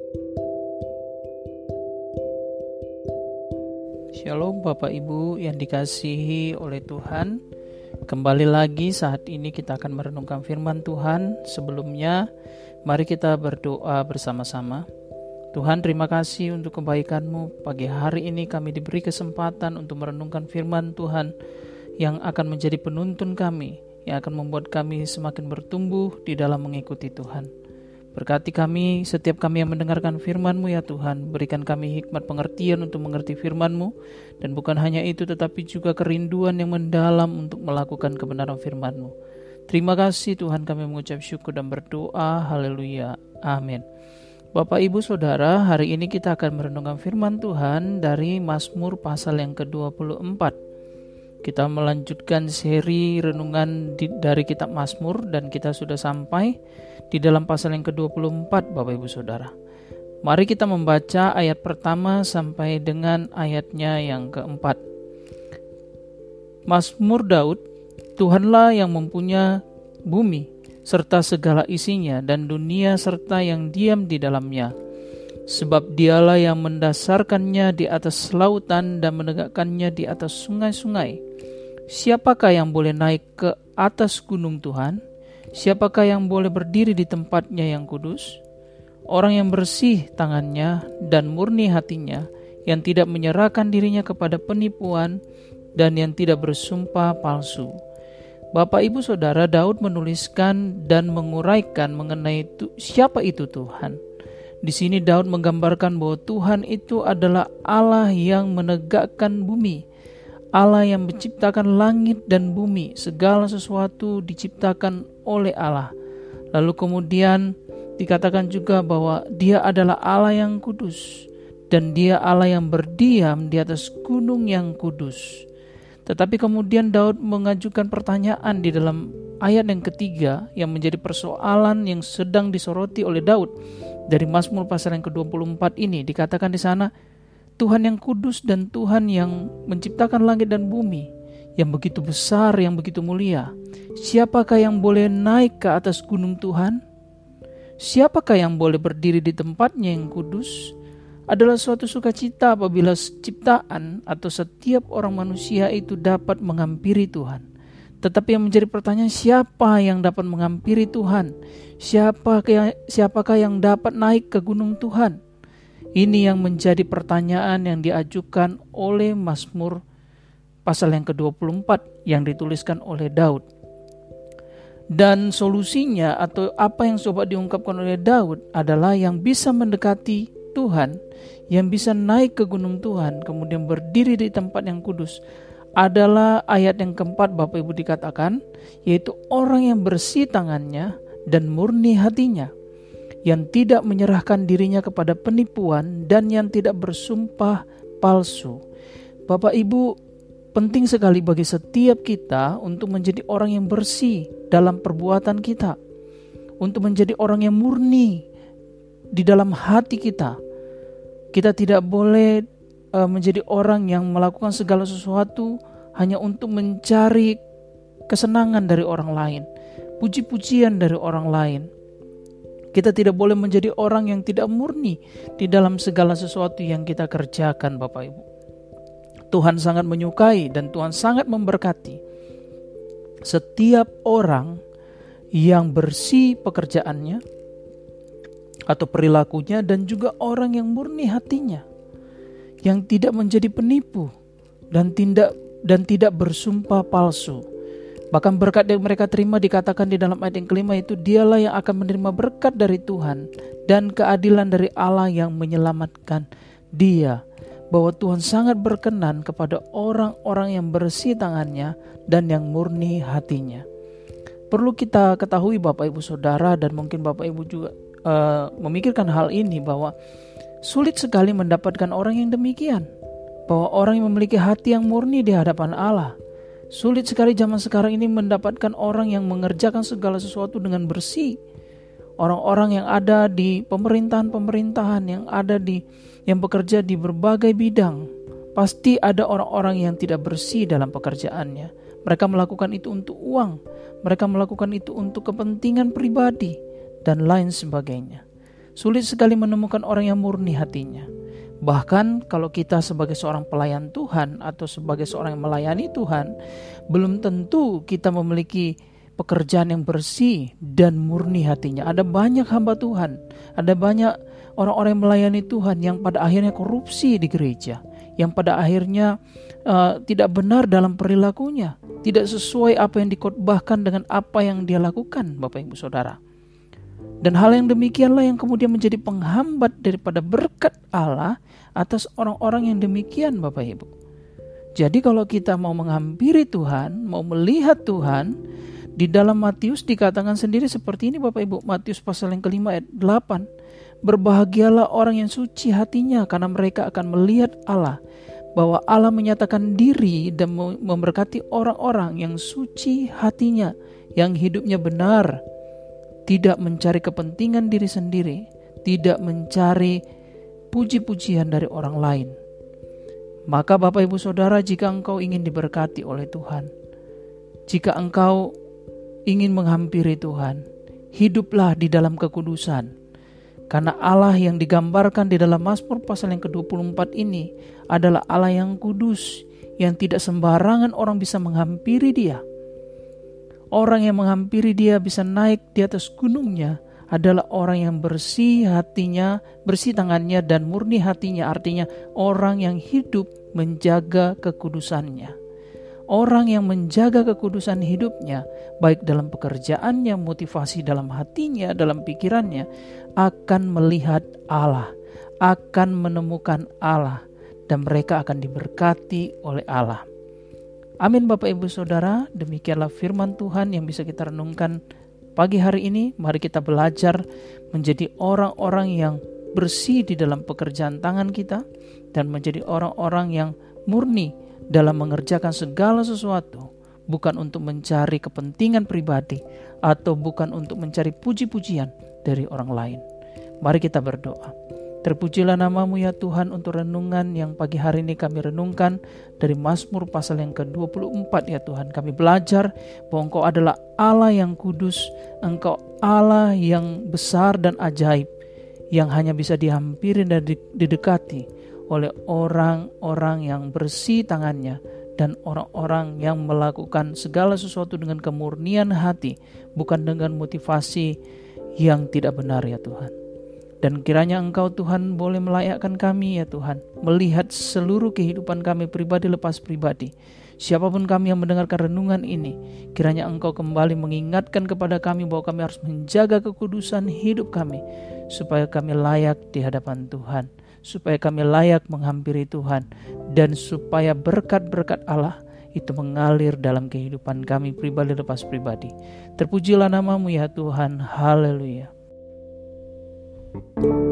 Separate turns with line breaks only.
Shalom Bapak Ibu yang dikasihi oleh Tuhan. Kembali lagi saat ini kita akan merenungkan firman Tuhan. Sebelumnya mari kita berdoa bersama-sama. Tuhan, terima kasih untuk kebaikan-Mu. Pagi hari ini kami diberi kesempatan untuk merenungkan firman Tuhan yang akan menjadi penuntun kami, yang akan membuat kami semakin bertumbuh di dalam mengikuti Tuhan. Berkati kami, setiap kami yang mendengarkan firman-Mu ya Tuhan. Berikan kami hikmat pengertian untuk mengerti firman-Mu. Dan bukan hanya itu, tetapi juga kerinduan yang mendalam untuk melakukan kebenaran firman-Mu. Terima kasih Tuhan, kami mengucap syukur dan berdoa. Haleluya. Amin. Bapak Ibu Saudara, hari ini kita akan merenungkan firman Tuhan dari Mazmur pasal yang ke-24. Kita melanjutkan seri renungan dari kitab Mazmur dan kita sudah sampai di dalam pasal yang ke-24 Bapak Ibu Saudara. Mari kita membaca ayat pertama sampai dengan ayatnya yang keempat. Mazmur Daud, Tuhanlah yang mempunyai bumi serta segala isinya dan dunia serta yang diam di dalamnya. Sebab dialah yang mendasarkannya di atas lautan dan menegakkannya di atas sungai-sungai. Siapakah yang boleh naik ke atas gunung Tuhan? Siapakah yang boleh berdiri di tempatnya yang kudus? Orang yang bersih tangannya dan murni hatinya, yang tidak menyerahkan dirinya kepada penipuan dan yang tidak bersumpah palsu. Bapak Ibu Saudara, Daud menuliskan dan menguraikan mengenai siapa itu Tuhan. Di sini Daud menggambarkan bahwa Tuhan itu adalah Allah yang menegakkan bumi, Allah yang menciptakan langit dan bumi, segala sesuatu diciptakan oleh Allah. Lalu kemudian dikatakan juga bahwa Dia adalah Allah yang kudus dan Dia Allah yang berdiam di atas gunung yang kudus. Tetapi kemudian Daud mengajukan pertanyaan di dalam ayat yang ketiga yang menjadi persoalan yang sedang disoroti oleh Daud. Dari Mazmur pasal yang ke-24 ini dikatakan di sana, Tuhan yang kudus dan Tuhan yang menciptakan langit dan bumi, yang begitu besar, yang begitu mulia. Siapakah yang boleh naik ke atas gunung Tuhan? Siapakah yang boleh berdiri di tempatnya yang kudus? Adalah suatu sukacita apabila ciptaan atau setiap orang manusia itu dapat menghampiri Tuhan. Tetapi yang menjadi pertanyaan, siapa yang dapat menghampiri Tuhan? Siapakah yang dapat naik ke gunung Tuhan? Ini yang menjadi pertanyaan yang diajukan oleh Mazmur pasal yang ke-24 yang dituliskan oleh Daud. Dan solusinya atau apa yang coba diungkapkan oleh Daud adalah yang bisa mendekati Tuhan, yang bisa naik ke gunung Tuhan, kemudian berdiri di tempat yang kudus, adalah ayat yang keempat Bapak Ibu dikatakan, yaitu orang yang bersih tangannya dan murni hatinya, yang tidak menyerahkan dirinya kepada penipuan dan yang tidak bersumpah palsu. Bapak Ibu, penting sekali bagi setiap kita untuk menjadi orang yang bersih dalam perbuatan kita, untuk menjadi orang yang murni di dalam hati kita. Kita tidak boleh menjadi orang yang melakukan segala sesuatu hanya untuk mencari kesenangan dari orang lain, puji-pujian dari orang lain. Kita tidak boleh menjadi orang yang tidak murni di dalam segala sesuatu yang kita kerjakan Bapak Ibu. Tuhan sangat menyukai dan Tuhan sangat memberkati setiap orang yang bersih pekerjaannya atau perilakunya, dan juga orang yang murni hatinya, yang tidak menjadi penipu dan tidak bersumpah palsu. Bahkan berkat yang mereka terima dikatakan di dalam ayat yang kelima itu, dialah yang akan menerima berkat dari Tuhan dan keadilan dari Allah yang menyelamatkan dia. Bahwa Tuhan sangat berkenan kepada orang-orang yang bersih tangannya dan yang murni hatinya. Perlu kita ketahui Bapak Ibu Saudara, dan mungkin Bapak Ibu juga memikirkan hal ini, bahwa sulit sekali mendapatkan orang yang demikian. Bahwa orang yang memiliki hati yang murni di hadapan Allah. Sulit sekali zaman sekarang ini mendapatkan orang yang mengerjakan segala sesuatu dengan bersih. Orang-orang yang ada di pemerintahan-pemerintahan, yang bekerja di berbagai bidang, pasti ada orang-orang yang tidak bersih dalam pekerjaannya. Mereka melakukan itu untuk uang, mereka melakukan itu untuk kepentingan pribadi, dan lain sebagainya. Sulit sekali menemukan orang yang murni hatinya. Bahkan kalau kita sebagai seorang pelayan Tuhan atau sebagai seorang yang melayani Tuhan, belum tentu kita memiliki pekerjaan yang bersih dan murni hatinya. Ada banyak hamba Tuhan, ada banyak orang-orang yang melayani Tuhan yang pada akhirnya korupsi di gereja, yang pada akhirnya tidak benar dalam perilakunya, tidak sesuai apa yang dikhotbahkan dengan apa yang dia lakukan, Bapak Ibu Saudara. Dan hal yang demikianlah yang kemudian menjadi penghambat daripada berkat Allah atas orang-orang yang demikian, Bapak Ibu. Jadi kalau kita mau menghampiri Tuhan, mau melihat Tuhan, di dalam Matius dikatakan sendiri seperti ini, Bapak Ibu. Matius pasal yang kelima ayat 8. Berbahagialah orang yang suci hatinya, karena mereka akan melihat Allah. Bahwa Allah menyatakan diri dan memberkati orang-orang yang suci hatinya, yang hidupnya benar, tidak mencari kepentingan diri sendiri, tidak mencari puji-pujian dari orang lain. Maka Bapak Ibu Saudara, jika engkau ingin diberkati oleh Tuhan, jika engkau ingin menghampiri Tuhan, hiduplah di dalam kekudusan. Karena Allah yang digambarkan di dalam Mazmur pasal yang ke-24 ini adalah Allah yang kudus, yang tidak sembarangan orang bisa menghampiri Dia. Orang yang menghampiri Dia bisa naik di atas gunungnya adalah orang yang bersih hatinya, bersih tangannya dan murni hatinya. Artinya orang yang hidup menjaga kekudusannya. Orang yang menjaga kekudusan hidupnya, baik dalam pekerjaannya, motivasi dalam hatinya, dalam pikirannya, akan melihat Allah, akan menemukan Allah, dan mereka akan diberkati oleh Allah. Amin Bapak Ibu Saudara, demikianlah firman Tuhan yang bisa kita renungkan pagi hari ini. Mari kita belajar menjadi orang-orang yang bersih di dalam pekerjaan tangan kita, dan menjadi orang-orang yang murni dalam mengerjakan segala sesuatu, bukan untuk mencari kepentingan pribadi atau bukan untuk mencari puji-pujian dari orang lain. Mari kita berdoa. Terpujilah nama-Mu ya Tuhan untuk renungan yang pagi hari ini kami renungkan dari Mazmur pasal yang ke-24 ya Tuhan. Kami belajar bahwa Engkau adalah Allah yang kudus, Engkau Allah yang besar dan ajaib, yang hanya bisa dihampiri dan didekati oleh orang-orang yang bersih tangannya dan orang-orang yang melakukan segala sesuatu dengan kemurnian hati, bukan dengan motivasi yang tidak benar ya Tuhan. Dan kiranya Engkau Tuhan boleh melayakkan kami ya Tuhan, melihat seluruh kehidupan kami pribadi lepas pribadi. Siapapun kami yang mendengarkan renungan ini, kiranya Engkau kembali mengingatkan kepada kami bahwa kami harus menjaga kekudusan hidup kami, supaya kami layak di hadapan Tuhan, supaya kami layak menghampiri Tuhan, dan supaya berkat-berkat Allah itu mengalir dalam kehidupan kami pribadi lepas pribadi. Terpujilah nama-Mu ya Tuhan, haleluya.